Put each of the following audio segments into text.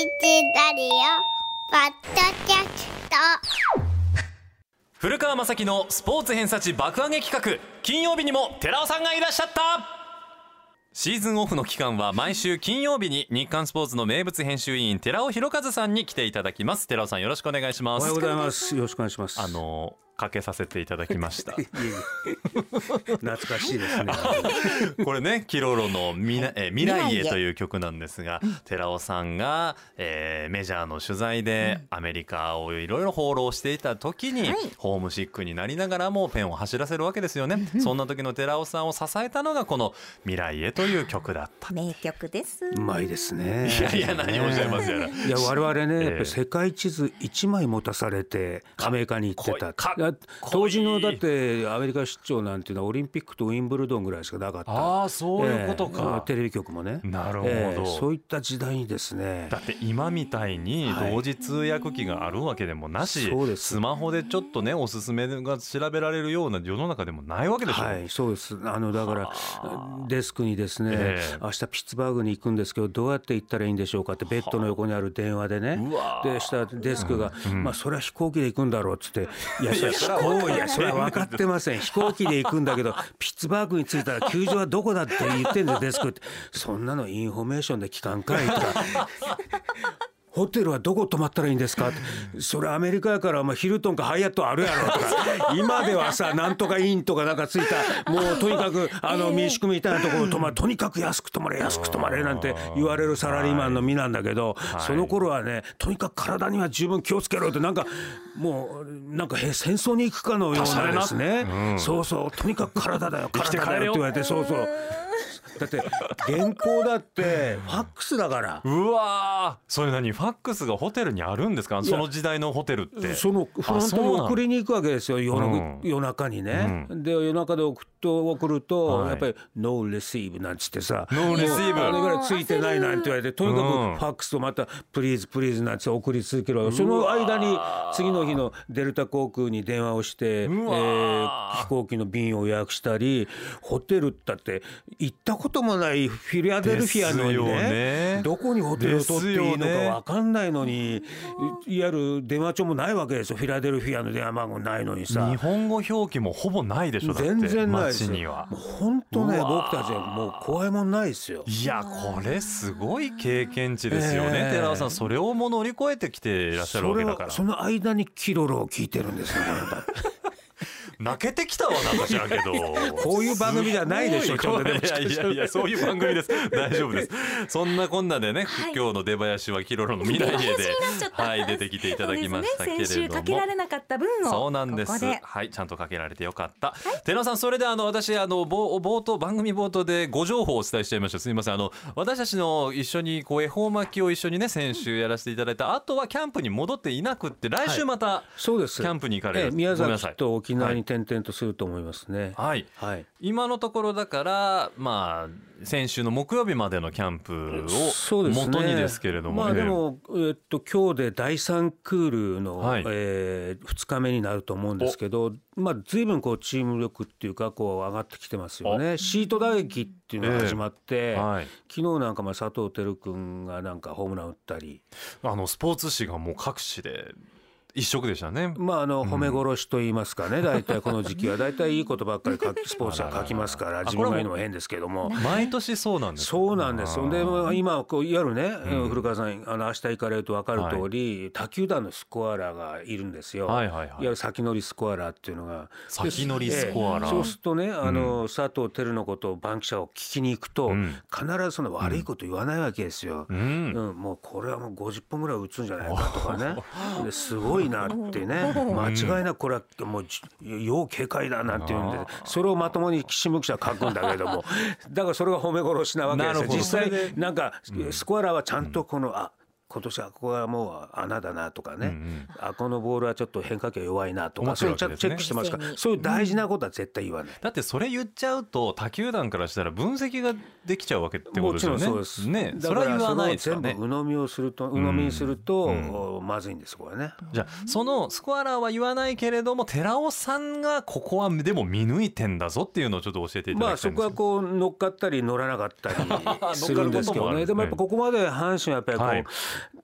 ラディオポッドキャスト。 古川雅樹のスポーツ偏差値爆上げ企画、金曜日にも寺尾さんがいらっしゃった。シーズンオフの期間は毎週金曜日に日刊スポーツの名物編集委員寺尾博一さんに来ていただきます。寺尾さん、よろしくお願いします。 おはようございます。よろしくお願いします。 かけさせていただきました懐かしいですねこれね、キロロの未来へという曲なんですが、寺尾さんが、メジャーの取材でアメリカをいろいろ放浪していた時に、ホームシックになりながらもペンを走らせるわけですよね。そんな時の寺尾さんを支えたのがこの未来へという曲だった。 名曲です。 うまいですね。 いや何をおっしゃいますやら。 いや我々ね、やっぱり世界地図1枚持たされてアメリカに行ってた。当時のだってアメリカ出張なんていうのはオリンピックとウィンブルドンぐらいしかなかった。 ああ、そういうことか。 テレビ局もね。 なるほど、 そういった時代にですね。 だって今みたいに同時通訳機があるわけでもなし、スマホでちょっとねおすすめが調べられるような世の中でもないわけでしょ。 はい、そうです。だからデスクにですね、明日ピッツバーグに行くんですけどどうやって行ったらいいんでしょうかってベッドの横にある電話でね、でしたデスクが、まあそれは飛行機で行くんだろうっつって、いやそれは分かってません、飛行機で行くんだけどピッツバーグに着いたら球場はどこだって言ってんでデスクって、そんなのインフォメーションで聞かんかいとかホテルはどこ泊まったらいいんですかって、それアメリカやからヒルトンかハイアットあるやろとか今ではさなんとかインとかなんかついた、もうとにかく民宿みたいなところ泊まる、とにかく安く泊まれなんて言われるサラリーマンの身なんだけど、その頃はねとにかく体には十分気をつけろって、なんかもうなんか戦争に行くかのようなですね、そうとにかく体だよって言われて、だって原稿だってファックスだから。 うわー、それ何、ファックスがホテルにあるんですか？その時代のホテルって。 そのフロントに送りに行くわけですよ、夜中にね、で夜中で送ると、やっぱりノーレシーブなんつってさ、 ノーレシーブあれぐらいついてないなんて言われて、とにかくファックスとまたプリーズなんて送り続ける。その間に次の日のデルタ航空に電話をして、飛行機の便を予約したり、ホテルだって行ったこともないフィラデルフィアのね、どこにホテルを取っていいのか分かんないのに、いわゆる電話帳もないわけですよ。フィラデルフィアの電話番号ないのにさ、 日本語表記もほぼないでしょ。だって全然ないですよ。 街には本当ね、僕たちはもう怖いもんないですよ。 いやこれすごい経験値ですよね、寺尾さん。それをも乗り越えてきていらっしゃるわけだから。 その間にキロロを聞いてるんですよ泣けてきたわ、なんか知らんけどこういう番組じゃないでしょ。ちょっといやそういう番組です。大丈夫です。そんなこんなでね、今日の出囃子はキロロの未来へで、出てき出てきただきましたけれども、 先週かけられなかった分をそうなんです。はい、ちゃんとかけられてよかった。寺尾さん、それで私番組冒頭でご情報をお伝えしちゃいました。すみません。私たちの一緒に恵方巻きを一緒にね先週やらせていただいた後はキャンプに戻っていなくって、来週またキャンプに行かれる。 宮崎と沖縄に転々とすると思いますね。 今のところだから先週の木曜日までのキャンプを元にですけれども、 でも今日で第3クールの2日目になると思うんですけど、随分チーム力っていうか上がってきてますよね。シート打撃っていうのが始まって、昨日なんか佐藤輝君がなんかホームラン打ったり、 スポーツ紙がもう各紙で一色でしたね。 褒め殺しと言いますかね、大体この時期は大体いいことばっかりスポーツは書きますから、自分が言うのも変ですけども、 毎年そうなんです。 そうなんですよ。で今いわゆるね、古川さん明日行かれると分かる通り、他球団のスコアラーがいるんですよ。いわゆる先乗りスコアラーっていうのが、 先乗りスコアラー、 そうするとね、佐藤輝のことをバンキシャを聞きに行くと、必ずその悪いこと言わないわけですよ。もうこれはもう50本ぐらい打つんじゃないかとかねですごいなってね、間違いなくこれはもう要警戒だなんていうんで、それをまともに新聞記者は書くんだけれどもだからそれが褒め殺しなわけですよ。実際なんかスコアラーはちゃんと今年はここはもう穴だなとかね、このボールはちょっと変化球弱いなとか、そういうのチェックしてますから、そういう大事なことは絶対言わない。 だってそれ言っちゃうと他球団からしたら分析ができちゃうわけってことですよね。 もちろんそうです。 それは言わないですよね。 全部鵜呑みにするとまずいんです、これね。 じゃあそのスコアラーは言わないけれども、寺尾さんがここはでも見抜いてんだぞっていうのをちょっと教えていただきたいんです。 そこは乗っかったり乗らなかったりするんですけどね。でもやっぱここまで阪神はやっぱり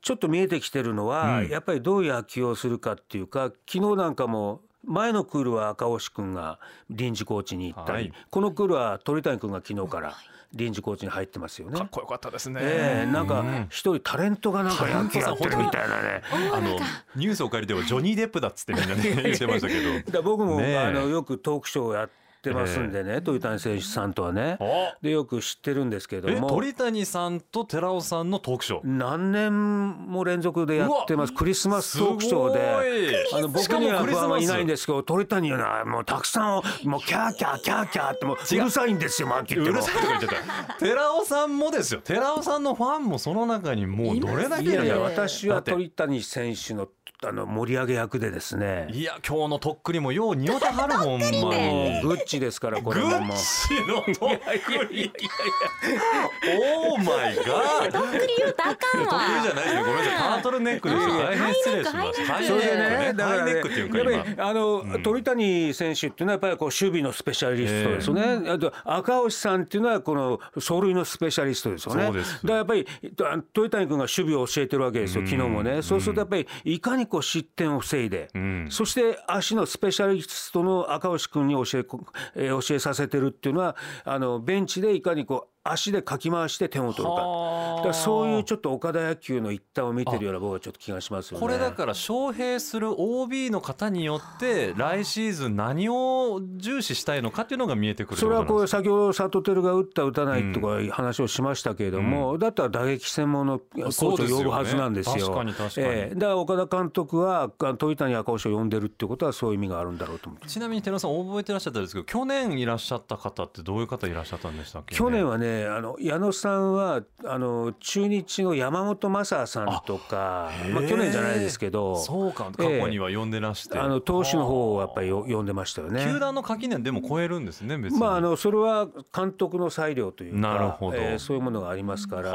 ちょっと見えてきてるのは、やっぱりどういう野球をするかっていうか、昨日なんかも前のクールは赤星君が臨時コーチに行ったり、このクールは鳥谷君が昨日から臨時コーチに入ってますよね。 かっこよかったですね。 なんか一人タレントがなんか野球やってるみたいなね。 ニュースを借りてはジョニー・デップだっつってみんなね言ってましたけど、 だ僕もよくトークショーをやってますんでね、鳥谷選手さんとはね、でよく知ってるんですけども、 鳥谷さんと寺尾さんのトークショー何年も連続でやってます。クリスマストークショーで、僕には不安はいないんですけど、鳥谷はもうたくさんもうキャーキャーキャーキャーってもううるさいんですよ。 うるさいとか言ってた。寺尾さんもですよ。寺尾さんのファンもその中にもうどれだけいるんだろう。 私は鳥谷選手の盛り上げ役でですね。 いや今日のとっくりもよう似合ってはるほんまに。 グッチですからこれも。グッチのとっくり。オーマイガー。 とっくり言うたらあかんわ。 とっくりじゃないよ。ごめんなさい。タートルネックですよ。大変失礼しました。 それでね、だからハイネックっていうかやっぱり鳥谷選手っていうのはやっぱりこう守備のスペシャリストですよね。あと赤星さんっていうのはこの走塁のスペシャリストですよね。だからやっぱり鳥谷君が守備を教えてるわけですよ。昨日もね。そうするとやっぱりいかにこう失点を防いで、そして足のスペシャリストの赤星君に教えさせてるっていうのはベンチでいかにこう足でかき回して点を取るか。だからそういうちょっと岡田野球の一端を見てるような僕はちょっと気がしますよね。 これだから招聘する OB の方によって来シーズン何を重視したいのかっていうのが見えてくる。 それはこう先ほど佐藤輝が打った打たないとか話をしましたけれども、だったら打撃専門のコーチを呼ぶはずなんですよ。 確かに確かに。 だから岡田監督は鳥谷赤星を呼んでるってことはそういう意味があるんだろうと思う。 ちなみに寺尾さん覚えてらっしゃったんですけど、去年いらっしゃった方ってどういう方いらっしゃったんでしたっけね。 去年はね矢野さんは中日の山本昌さんとか、去年じゃないですけど、 そうか過去には呼んでらして、 投手の方をやっぱり呼んでましたよね。 球団の垣根でも超えるんですね別に。 それは監督の裁量というか、 なるほど、 そういうものがありますから。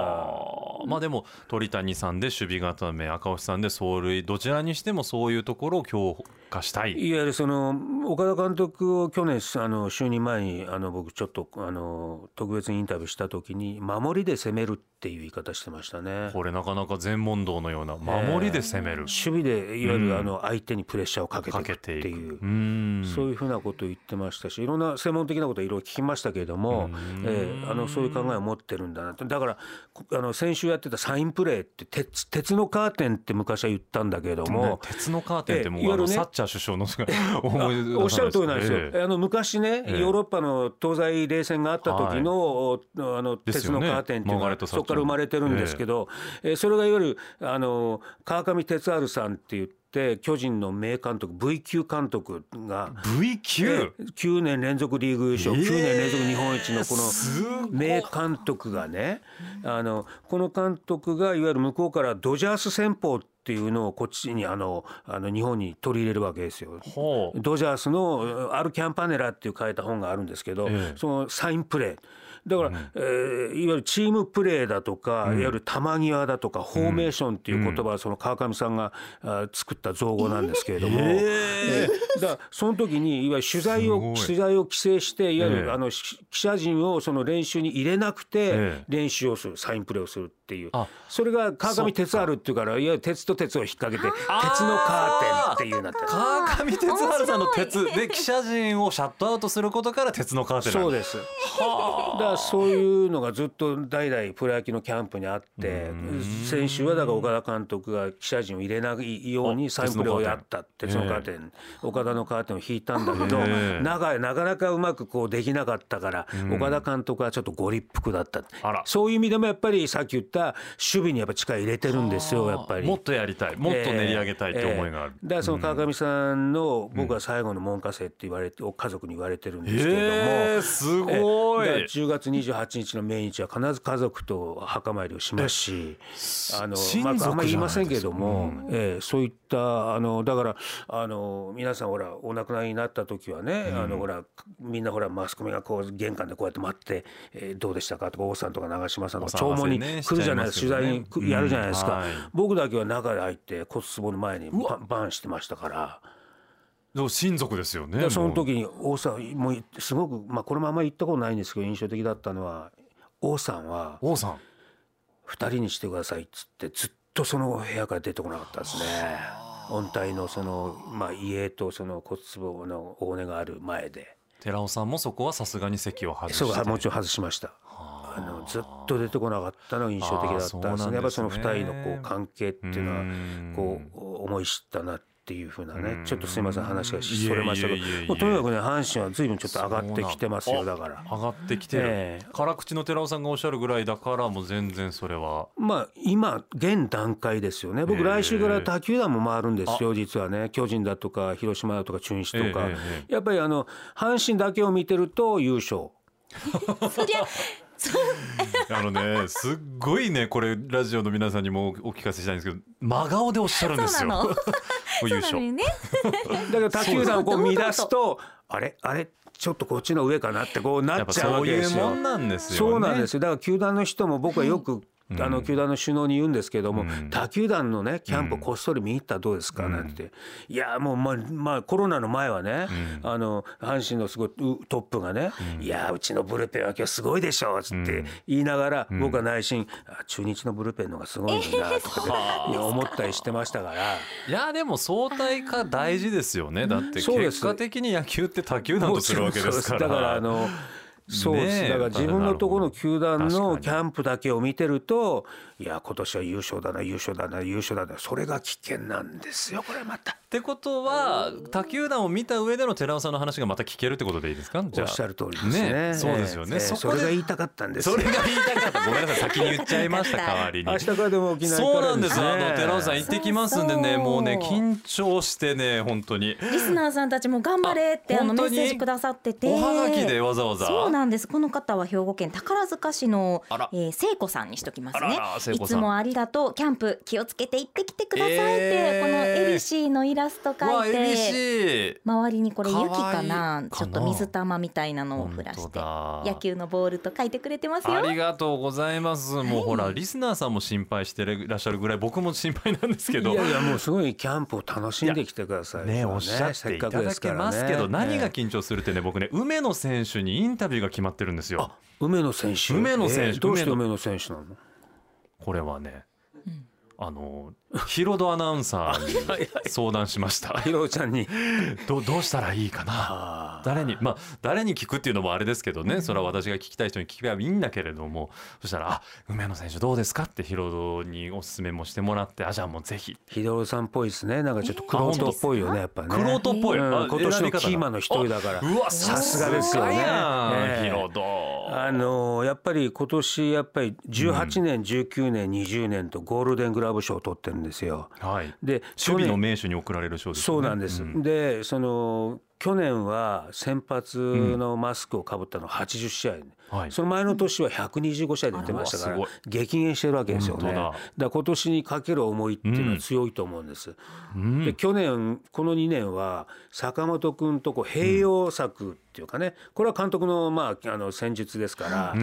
でも鳥谷さんで守備固め、赤星さんで走塁、どちらにしてもそういうところを強化したい。 いわゆるその岡田監督を去年就任前に僕ちょっと特別にインタビューした時に守りで攻めるっていう言い方してましたね。 これなかなか全問答のような守りで攻める、 守備でいわゆる相手にプレッシャーをかけていくっていう、そういうふうなことを言ってましたし、いろんな専門的なことをいろいろ聞きましたけれども、そういう考えを持ってるんだなと。だから先週やってたサインプレーって鉄のカーテンって昔は言ったんだけれども、 鉄のカーテンってもうサッチャー首相のおっしゃる通りなんですよ。昔ねヨーロッパの東西冷戦があった時の鉄のカーテンっていうのがそこから生まれてるんですけど、それがいわゆる川上哲治さんって言って巨人の名監督 V 級監督が V 級 9年連続リーグ優勝、9年連続日本一のこの名監督がね、この監督がいわゆる向こうからドジャース戦法っていうのをこっちに日本に取り入れるわけですよ。ドジャースのアル・キャンパネラっていう書いた本があるんですけど、そのサインプレーだから、いわゆるチームプレーだとか、いわゆる球際だとかフォーメーションっていう言葉はその川上さんが作った造語なんですけれども、だからその時にいわゆる取材を規制して、いわゆる記者陣をその練習に入れなくて練習をする、サインプレーをするっていう、それが川上哲治っていうから、いわゆる鉄と鉄を引っ掛けて鉄のカーテンっていうなって、 川上哲治さんの鉄で記者陣をシャットアウトすることから鉄のカーテンなんです。 そうです。だからそういうのがずっと代々プロ野球のキャンプにあって、先週はだから岡田監督が記者陣を入れないようにサインプレーをやった、鉄のカーテン、岡田のカーテンを引いたんだけど、なかなかうまくこうできなかったから、岡田監督はちょっとご立腹だった。そういう意味でもやっぱりさっき言った守備にやっぱ力入れてるんですよ。やっぱりもっとやりたい、もっと練り上げたいって思いがある。 だからその川上さんの僕は最後の門下生って言われて家族に言われてるんですけれども、 すごい。 10月28日の命日は必ず家族と墓参りをしますし、あんまり言いませんけれども、そういっただから皆さんほらお亡くなりになった時はね、ほらみんなほらマスコミがこう玄関でこうやって待って、どうでしたかとか王さんとか長嶋さんとか弔問に来るじゃないですか、取材にやるじゃないですか。僕だけは中で入って骨壺の前にバンしてましたから。 親族ですよね。 その時に王さんもうすごく、これもあんまり言ったことないんですけど印象的だったのは、王さんは2人にしてくださいっつってずっとその部屋から出てこなかったですね。音体の家とその骨壺の大骨がある前で。 寺尾さんもそこはさすがに席を外して。 そう、もちろん外しました。ずっと出てこなかったのが印象的だったんですね。やっぱりその2人のこう関係っていうのはこう思い知ったなっていうふうなね。ちょっとすいません話がそれましたけど、とにかくね阪神は随分ちょっと上がってきてますよ。だから上がってきてる、辛口の寺尾さんがおっしゃるぐらいだからもう全然それは今現段階ですよね。僕来週から他球団も回るんですよ実はね。巨人だとか広島だとか中日とか、やっぱり阪神だけを見てると優勝そりゃすっごいねこれラジオの皆さんにもお聞かせしたいんですけど真顔でおっしゃるんですよ。優勝ね、 だから他球団をこう乱すとあれちょっとこっちの上かなってこうなっちゃうわけですよ。 そういうもんなんですよね。 そうなんですよ。だから球団の人も僕はよく球団の首脳に言うんですけども、他球団のねキャンプこっそり見に行ったらどうですかなんて、いやもうコロナの前はね、阪神のすごいトップがね、いやうちのブルペンは今日すごいでしょって言いながら、僕は内心中日のブルペンの方がすごいんだとかで思ったりしてましたから。 いやでも相対化大事ですよね。だって結果的に野球って他球団とするわけですから。 だからそうです。だから自分のところの球団のキャンプだけを見てると、いや今年は優勝だな優勝だな優勝だな、それが危険なんですよこれまた。 ってことは他球団を見た上での寺尾さんの話がまた聞けるってことでいいですか。 おっしゃる通りですね。 そうですよね。 それが言いたかったんですよ。 それが言いたかった。ごめんなさい先に言っちゃいました代わりに。 明日からでも起きないから。 そうなんです。寺尾さん行ってきますんでね、もうね緊張してね本当に。 リスナーさんたちも頑張れってメッセージくださってて。 おはがきでわざわざ。 そうなんです。この方は兵庫県宝塚市の聖子さんにしときますね。いつもありがとう。キャンプ気をつけて行ってきてくださいってこのエビシーのイラスト描いて、周りにこれ雪かな、ちょっと水玉みたいなのを降らして野球のボールと書いてくれてますよ。 ありがとうございます。もうほらリスナーさんも心配してらっしゃるぐらい僕も心配なんですけど。 いやもうすごいキャンプを楽しんできてくださいね。おっしゃっていただけますけど、何が緊張するってね、僕ね梅野選手にインタビューが決まってるんですよ。 梅野選手。どうして梅野選手なの。これはねヒロドアナウンサーに相談しました。 ヒロちゃんにどうしたらいいかな。誰に聞くっていうのもあれですけどね、それは私が聞きたい人に聞けばいいんだけれども、そしたら梅野選手どうですかってヒロドにおすすめもしてもらって、じゃあもうぜひ。 ヒロドさんっぽいですね。なんかちょっとクロートっぽいよねやっぱね。 クロートっぽい。 今年のキーマンの一人だから。さすがですよね。 ヒロド。 やっぱり今年18年19年20年とゴールデングラブ賞を取ってるんですよ。 で守備の名手に贈られる賞ですね。 そうなんです。で去年は先発のマスクをかぶったの80試合、その前の年は125試合出てましたから激減してるわけですよね。だから今年にかける思いっていうのは強いと思うんです。で去年この2年は坂本君と併用策っていうかね、これは監督の戦術ですから、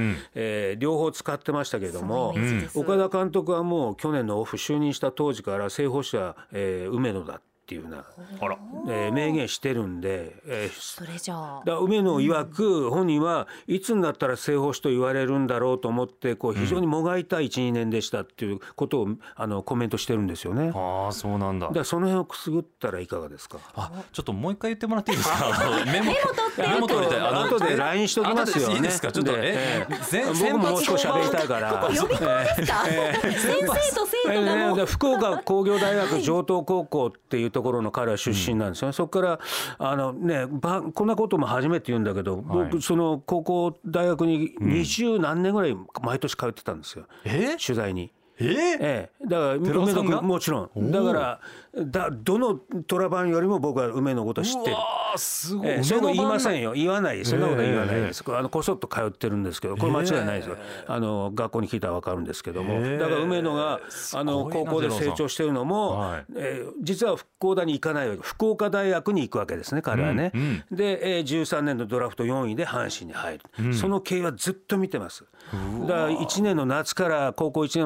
両方使ってましたけれども、岡田監督はもう去年のオフ就任した当時から正捕手は梅野だっていうな明言してるんで、 それじゃあ梅野曰く本人はいつになったら正捕手と言われるんだろうと思って非常にもがいた 1,2 年でしたっていうことをコメントしてるんですよね。 そうなんだ。 だからその辺をくすぐったらいかがですか。 ちょっともう一回言ってもらっていいですか。 メモ取って後で LINE しときますよね。 いいですか。ちょっと僕ももう少し喋りたいから。 ここ予備校ですか。先生と生徒がもう福岡工業大学城東高校っていうところの彼は出身なんですよね。そこからこんなことも初めて言うんだけど、僕その高校大学に20何年ぐらい毎年通ってたんですよ、取材に。だから梅野君もちろんだからどの虎番よりも僕は梅野のこと知ってる。 すごい。 そういうの言いませんよ。言わない。そんなことは言わないです。こそっと通ってるんですけど、これ間違いないですよ。学校に聞いたら分かるんですけども、だから梅野が高校で成長してるのも実は福岡に行かないわけ。福岡大学に行くわけですね彼はね。で13年のドラフト4位で阪神に入る。その経緯はずっと見てます。だから1年の夏から高校1年の夏から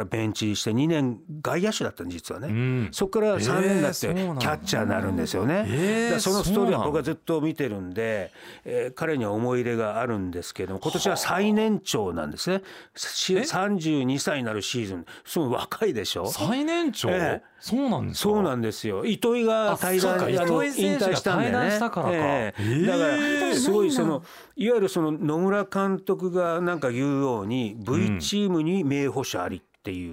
からベンチして2年外野手だったん実はね、そこから3年になってキャッチャーになるんですよね。だからそのストーリーは僕はずっと見てるんで、彼には思い入れがあるんですけれども、今年は最年長なんですね。32歳になるシーズン、すごい若いでしょ。 最年長、そうなんですか。 そうなんですよ。糸井が引退したんでね。だからすごいいわゆる野村監督がなんか言うように V チームに名捕手ありっていう、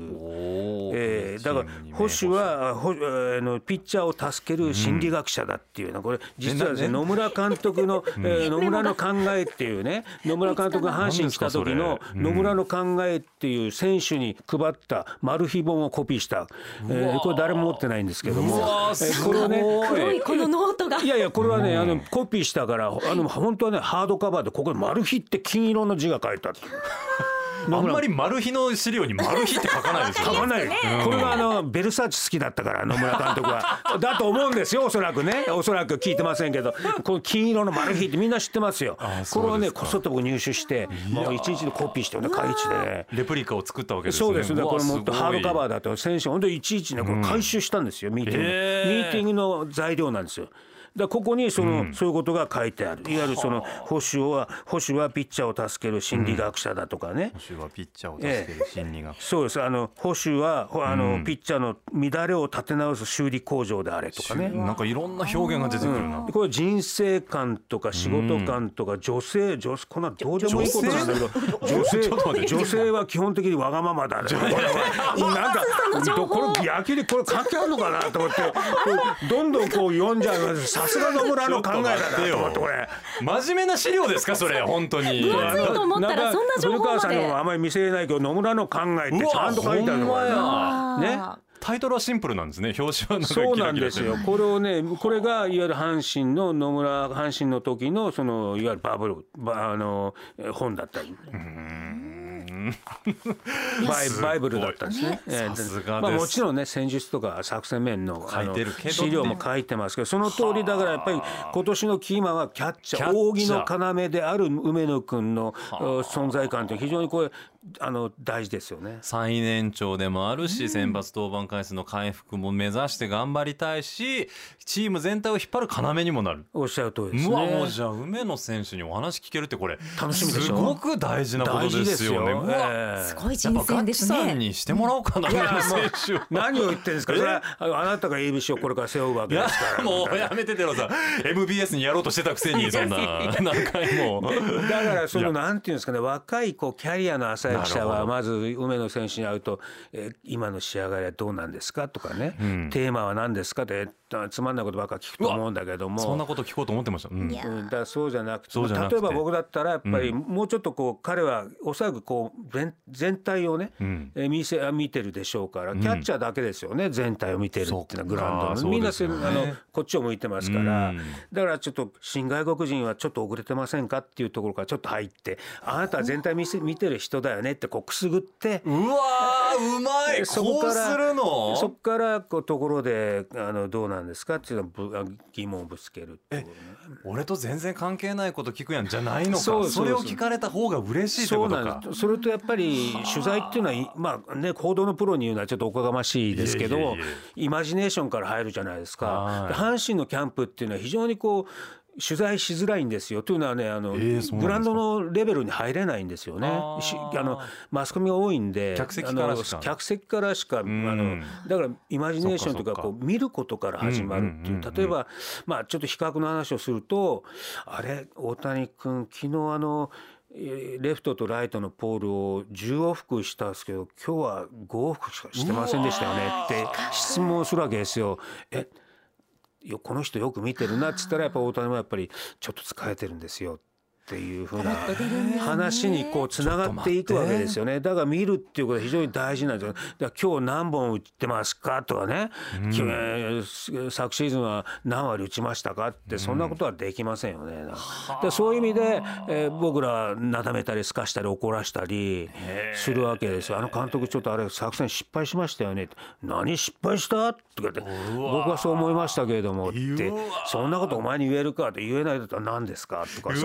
だから捕手はピッチャーを助ける心理学者だっていうのは、これ実はですね、野村監督の野村の考えっていうね、野村監督が阪神来た時の野村の考えっていう選手に配ったマル秘本をコピーした、これ誰も持ってないんですけども、これをね、 黒いこのノートが、 いやいやこれはねコピーしたから本当はねハードカバーでここにマル秘って金色の字が書いてある。 あんまりマル秘の資料にマル秘って書かないですよ。 書かない。これはベルサーチ好きだったから野村監督はだと思うんですよ。おそらくね、おそらく聞いてませんけど、この金色のマル秘ってみんな知ってますよ。これをねこそっと僕入手してもういちいちコピーしてね、会一でねレプリカを作ったわけですね。 そうです。これもっとハードカバーだと選手本当にいちいちねこれ回収したんですよ。ミーティングの材料なんですよ。だここにそういうことが書いてある。いわゆる捕手はピッチャーを助ける心理学者だとかね。 捕手はピッチャーを助ける心理学者。 そうです。捕手はピッチャーの乱れを立て直す修理工場であれとかね。 なんかいろんな表現が出てくるな。 これ人生観とか仕事観とか女性こんなどうでもいいことなんだけど、女性は基本的にわがままだね。なんかこれ野球でこれ関係あるのかなと思ってどんどんこう読んじゃいます。さすが野村の考えだなと思って、これ真面目な資料ですかそれ。本当に分厚いと思ったらそんな情報まで。古川さんのあまり見せれないけど野村の考えってちゃんと書いてあるのね。 タイトルはシンプルなんですね。表紙はなんかそうなんですよ。これをね、これがいわゆる阪神の阪神の時のいわゆるバブル本だったり。バイブルだったんですね。 さすがです。 まあもちろんね戦術とか作戦面の資料も書いてますけど、その通りだからやっぱり今年のキーマンはキャッチャー、扇の要である梅野君の存在感って非常にこれ大事ですよね。 最年長でもあるし、先発登板回数の回復も目指して頑張りたいし、チーム全体を引っ張る要にもなる。 おっしゃる通りですね。 もうじゃあ梅野選手にお話聞けるってこれ楽しみでしょ。 すごく大事なことですよね。 すごい人生ですね。 やっぱガチさんにしてもらおうかな。 何を言ってるんですか。それはあなたが ABC をこれから背負うわけですから。 もうやめててろさ。MBS にやろうとしてたくせにそんな何回も。 だからなんていうんですかね、若いキャリアの浅い記者はまず梅野選手に会うと、今の仕上がりはどうなんですかとかね、テーマは何ですかってつまんないことばっか聞くと思うんだけども、 そんなこと聞こうと思ってました。 だからそうじゃなくて、例えば僕だったらやっぱりもうちょっと彼はおそらく全体をね、見てるでしょうから、キャッチャーだけですよね、全体を見てるっていうのはグラウンドのみんなこっちを向いてますから、だからちょっと新外国人はちょっと遅れてませんかっていうところからちょっと入って、あなたは全体見てる人だよねってくすぐって、 うわーうまい、こうするの。 そこからところでどうなんですかっていうの疑問をぶつけるっていうね。 俺と全然関係ないこと聞くやんじゃないのか。それを聞かれた方が嬉しいってことか。 それとやっぱり取材っていうのはまあね、報道のプロに言うのはちょっとおこがましいですけど、イマジネーションから入るじゃないですか。阪神のキャンプっていうのは非常に取材しづらいんですよ。というのはね、グラウンドのレベルに入れないんですよね。マスコミが多いんで、客席からしかだからイマジネーションというか見ることから始まるっていう。例えばちょっと比較の話をすると、あれ大谷君昨日レフトとライトのポールを10往復したんですけど今日は5往復しかしてませんでしたよねって質問するわけですよ。この人よく見てるなっつったら、やっぱ大谷もやっぱりちょっと疲れてるんですよっていうふうな話につながっていくわけですよね。だから見るっていうことは非常に大事なんですよ。だから今日何本打ってますかとかね、昨シーズンは何割打ちましたかってそんなことはできませんよね。そういう意味で、僕らなだめたりすかしたり怒らしたりするわけですよ。監督ちょっとあれ作戦失敗しましたよね。何失敗したとかって僕はそう思いましたけれどもって、そんなことお前に言えるかって言えないだったら何ですかとかさ。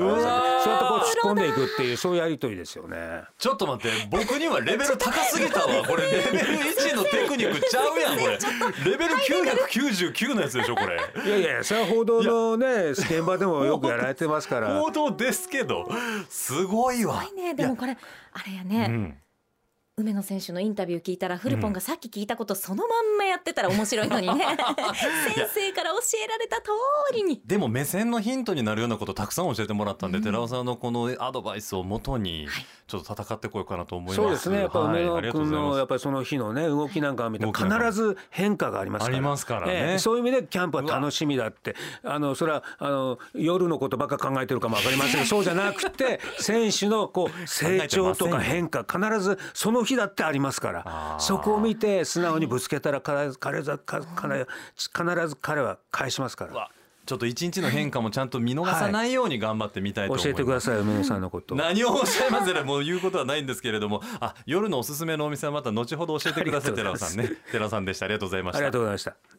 そうやってこう突っ込んでいくっていうそういうやりとりですよね。 ちょっと待って、僕にはレベル高すぎたわ。これレベル1のテクニックちゃうやんこれ。レベル999のやつでしょこれ。 いやいや、それは報道のね現場でもよくやられてますから。 報道ですけどすごいわ。 すごいね。でもこれあれやね、梅野選手のインタビュー聞いたらフルポンがさっき聞いたことそのまんまやってたら面白いのにね先生から教えられた通りに。 でも目線のヒントになるようなことたくさん教えてもらったんで、寺尾さんのこのアドバイスをもとにちょっと戦ってこようかなと思います。 そうですね、やっぱ梅野君のやっぱりその日のね動きなんかを見て必ず変化がありますから、 ありますからね、 そういう意味でキャンプは楽しみだって、それは夜のことばっか考えてるかも分かりませんけどそうじゃなくて選手のこう成長とか変化必ずその日だってありますから、そこを見て素直にぶつけたら必ず彼は返しますから。 ちょっと一日の変化もちゃんと見逃さないように頑張ってみたいと思います。 教えてください梅野さんのこと。 何をおっしゃいますね。もう言うことはないんですけれども、夜のおすすめのお店はまた後ほど教えてください。寺尾さんね。寺尾さんでした。ありがとうございました。 ありがとうございました。